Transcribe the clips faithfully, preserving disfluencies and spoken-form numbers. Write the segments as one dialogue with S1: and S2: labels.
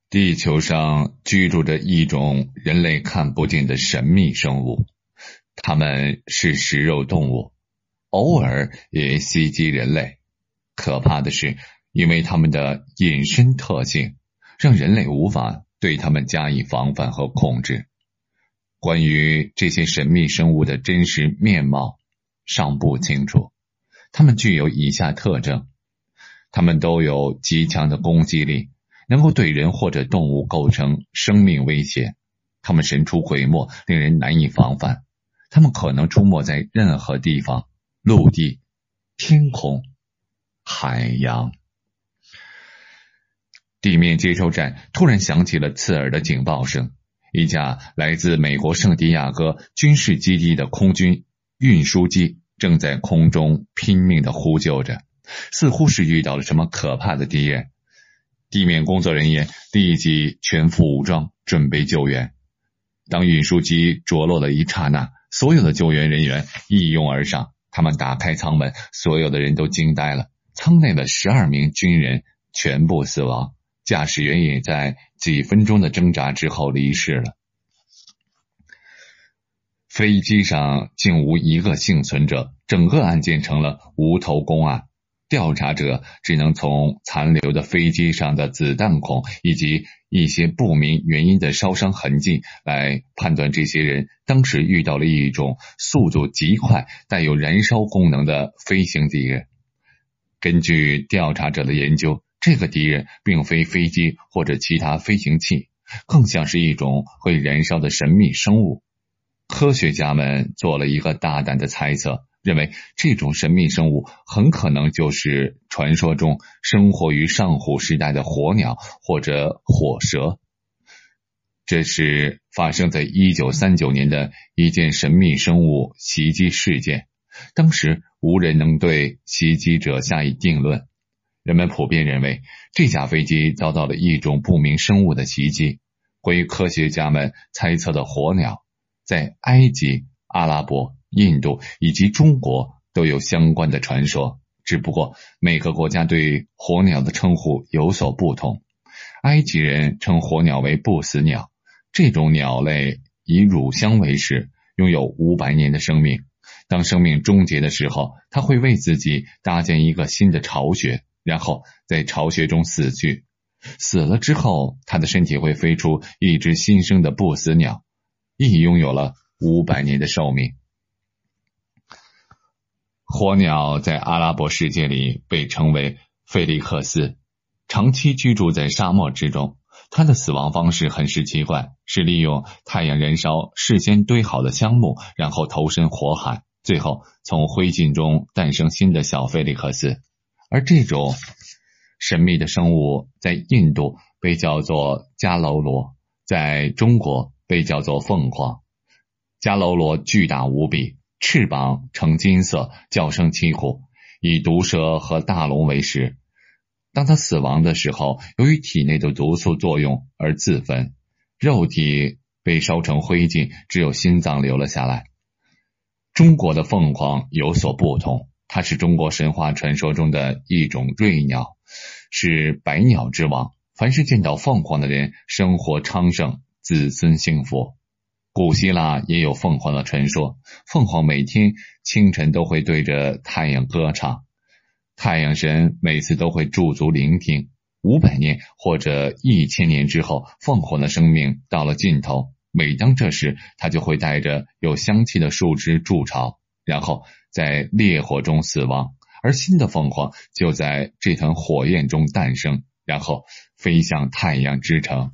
S1: 地球上居住着一种人类看不见的神秘生物，它们是食肉动物，偶尔也袭击人类。可怕的是，因为它们的隐身特性，让人类无法对它们加以防范和控制。关于这些神秘生物的真实面貌尚不清楚，它们具有以下特征：它们都有极强的攻击力，能够对人或者动物构成生命威胁。它们神出鬼没，令人难以防范。它们可能出没在任何地方，陆地、天空、海洋。地面接收站突然响起了刺耳的警报声，一架来自美国圣地亚哥军事基地的空军运输机正在空中拼命地呼救着，似乎是遇到了什么可怕的敌人。地面工作人员立即全副武装，准备救援。当运输机着落的一刹那，所有的救援人员一拥而上，他们打开舱门，所有的人都惊呆了。舱内的十二名军人全部死亡，驾驶员也在几分钟的挣扎之后离世了。飞机上竟无一个幸存者，整个案件成了无头公案。调查者只能从残留的飞机上的子弹孔以及一些不明原因的烧伤痕迹来判断这些人当时遇到了一种速度极快、带有燃烧功能的飞行敌人。根据调查者的研究，这个敌人并非飞机或者其他飞行器，更像是一种会燃烧的神秘生物。科学家们做了一个大胆的猜测，认为这种神秘生物很可能就是传说中生活于上古时代的火鸟或者火蛇。这是发生在一九三九年的一件神秘生物袭击事件，当时无人能对袭击者下以定论。人们普遍认为这架飞机遭到了一种不明生物的袭击。关于科学家们猜测的火鸟，在埃及、阿拉伯、印度以及中国都有相关的传说，只不过每个国家对火鸟的称呼有所不同。埃及人称火鸟为不死鸟，这种鸟类以乳香为食，拥有五百年的生命。当生命终结的时候，它会为自己搭建一个新的巢穴，然后在巢穴中死去。死了之后，它的身体会飞出一只新生的不死鸟，亦拥有了五百年的寿命。火鸟在阿拉伯世界里被称为菲利克斯，长期居住在沙漠之中。它的死亡方式很是奇怪，是利用太阳燃烧事先堆好的香木，然后投身火海，最后从灰烬中诞生新的小菲利克斯。而这种神秘的生物在印度被叫做迦楼罗，在中国被叫做凤凰。迦楼罗巨大无比，翅膀呈金色，叫声凄苦，以毒蛇和大龙为食。当它死亡的时候，由于体内的毒素作用而自焚，肉体被烧成灰烬，只有心脏留了下来。中国的凤凰有所不同，它是中国神话传说中的一种瑞鸟，是百鸟之王。凡是见到凤凰的人，生活昌盛，子孙幸福。古希腊也有凤凰的传说，凤凰每天清晨都会对着太阳歌唱，太阳神每次都会驻足聆听。五百年或者一千年之后，凤凰的生命到了尽头，每当这时，它就会带着有香气的树枝筑巢，然后在烈火中死亡，而新的凤凰就在这团火焰中诞生，然后飞向太阳之城。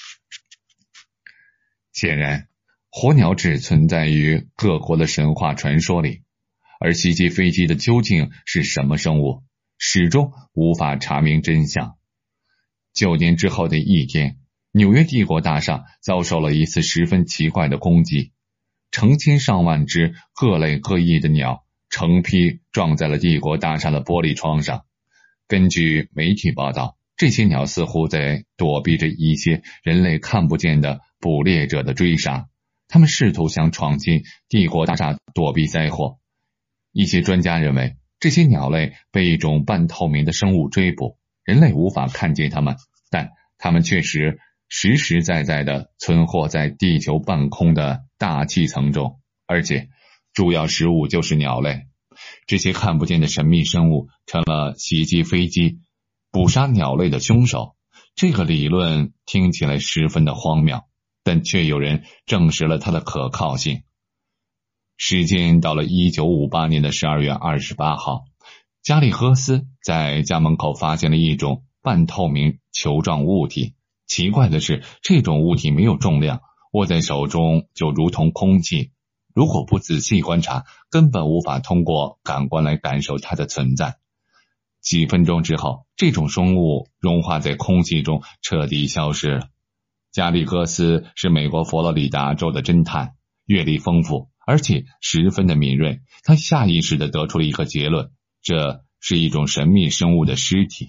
S1: 显然，火鸟只存在于各国的神话传说里，而袭击飞机的究竟是什么生物，始终无法查明真相。九年之后的一天，纽约帝国大厦遭受了一次十分奇怪的攻击，成千上万只各类各异的鸟成批撞在了帝国大厦的玻璃窗上。根据媒体报道，这些鸟似乎在躲避着一些人类看不见的捕猎者的追杀，他们试图想闯进帝国大厦躲避灾祸。一些专家认为，这些鸟类被一种半透明的生物追捕，人类无法看见它们，但它们确实实实在在地存活在地球半空的大气层中，而且主要食物就是鸟类。这些看不见的神秘生物成了袭击飞机、捕杀鸟类的凶手。这个理论听起来十分的荒谬，但却有人证实了它的可靠性。时间到了一九五八年的十二月二十八号，加利赫斯在家门口发现了一种半透明球状物体。奇怪的是，这种物体没有重量，握在手中就如同空气，如果不仔细观察，根本无法通过感官来感受它的存在。几分钟之后，这种生物融化在空气中，彻底消失了。加利赫斯是美国佛罗里达州的侦探，阅历丰富，而且十分的敏锐。他下意识地得出了一个结论，这是一种神秘生物的尸体。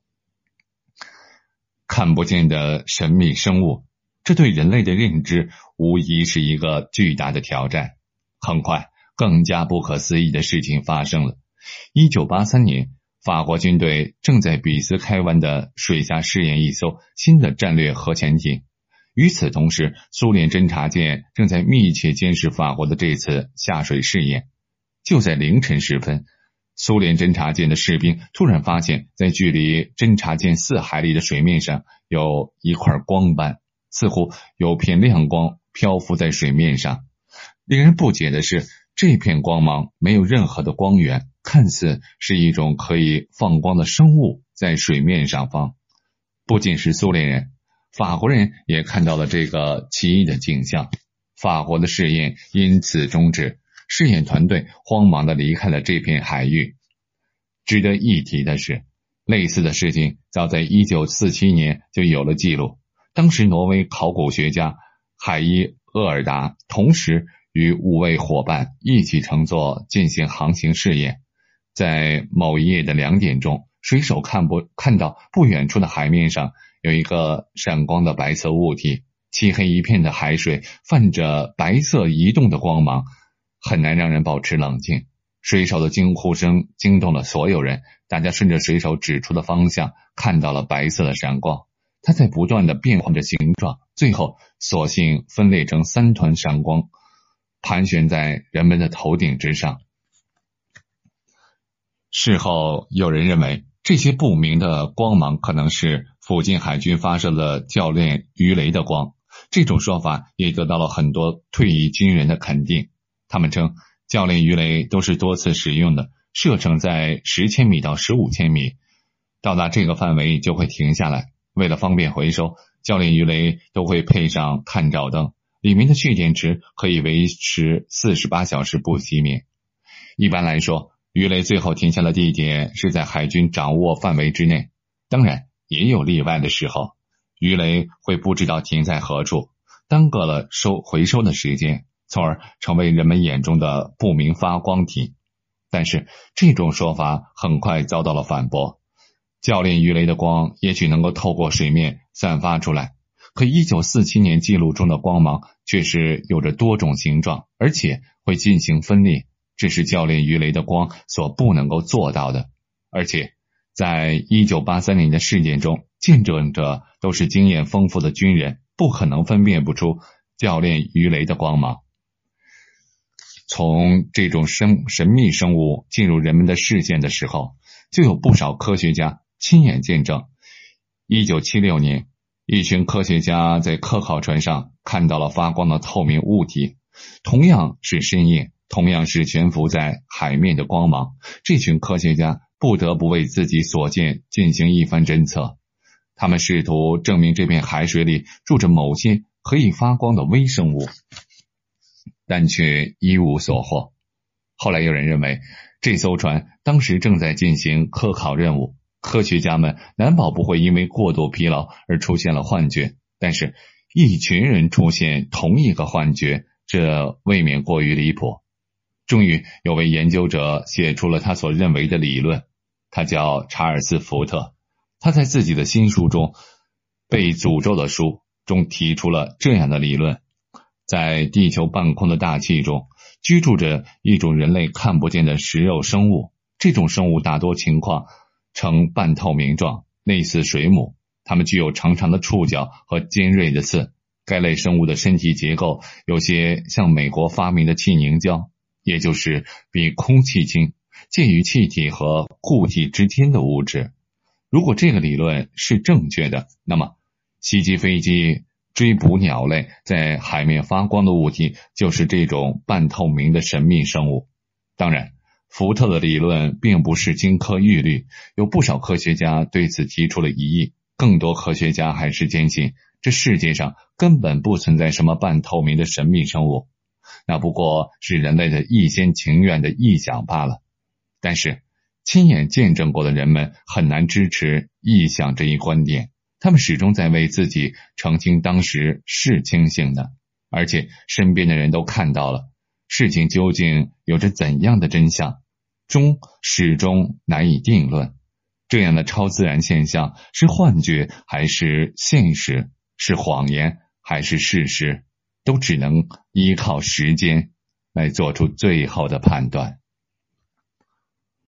S1: 看不见的神秘生物，这对人类的认知无疑是一个巨大的挑战。很快，更加不可思议的事情发生了。一九八三年，法国军队正在比斯开湾的水下试验一艘新的战略核潜艇。与此同时，苏联侦察舰正在密切监视法国的这次下水试验。就在凌晨时分，苏联侦察舰的士兵突然发现，在距离侦察舰四海里的水面上有一块光斑，似乎有片亮光漂浮在水面上。令人不解的是，这片光芒没有任何的光源，看似是一种可以放光的生物在水面上方。不仅是苏联人，法国人也看到了这个奇异的景象。法国的试验因此终止，试验团队慌忙地离开了这片海域。值得一提的是，类似的事情早在一九四七年就有了记录。当时挪威考古学家海伊厄尔达同时与五位伙伴一起乘坐进行航行试验。在某一夜的两点钟，水手看不看到不远处的海面上有一个闪光的白色物体，漆黑一片的海水泛着白色移动的光芒，很难让人保持冷静。水手的惊呼声惊动了所有人，大家顺着水手指出的方向看到了白色的闪光，它在不断的变换着形状，最后索性分裂成三团闪光，盘旋在人们的头顶之上。事后有人认为，这些不明的光芒可能是附近海军发射的教练鱼雷的光。这种说法也得到了很多退役军人的肯定。他们称，教练鱼雷都是多次使用的，射程在十千米到十五千米，到达这个范围就会停下来。为了方便回收，教练鱼雷都会配上探照灯，里面的蓄电池可以维持四十八小时不熄灭。一般来说，鱼雷最后停下的地点是在海军掌握范围之内，当然也有例外的时候，鱼雷会不知道停在何处，耽搁了收回收的时间，从而成为人们眼中的不明发光体。但是这种说法很快遭到了反驳。教练鱼雷的光也许能够透过水面散发出来，可一九四七年记录中的光芒却是有着多种形状，而且会进行分裂，这是教练鱼雷的光所不能够做到的。而且在一九八三年的事件中，见证者都是经验丰富的军人，不可能分辨不出教练鱼雷的光芒。从这种神神秘生物进入人们的视线的时候，就有不少科学家亲眼见证。一九七六年，一群科学家在科考船上看到了发光的透明物体，同样是深夜，同样是悬浮在海面的光芒。这群科学家不得不为自己所见进行一番侦测，他们试图证明这片海水里住着某些可以发光的微生物，但却一无所获。后来有人认为，这艘船当时正在进行科考任务，科学家们难保不会因为过度疲劳而出现了幻觉，但是一群人出现同一个幻觉，这未免过于离谱。终于有位研究者写出了他所认为的理论，他叫查尔斯·福特。他在自己的新书中《被诅咒的书》中提出了这样的理论：在地球半空的大气中居住着一种人类看不见的食肉生物，这种生物大多情况呈半透明状，类似水母， 它们具有长长的触角和尖锐的刺。该类生物的身体结构有些像美国发明的气凝胶，也就是比空气轻，介于气体和固体之间的物质。如果这个理论是正确的，那么袭击飞机、追捕鸟类、在海面发光的物体就是这种半透明的神秘生物。当然，福特的理论并不是金科玉律，有不少科学家对此提出了疑义，更多科学家还是坚信这世界上根本不存在什么半透明的神秘生物，那不过是人类的一厢情愿的臆想罢了。但是亲眼见证过的人们很难支持臆想这一观点，他们始终在为自己澄清当时是清醒的，而且身边的人都看到了事情究竟有着怎样的真相，终始终难以定论。这样的超自然现象是幻觉还是现实，是谎言还是事实，都只能依靠时间来做出最后的判断。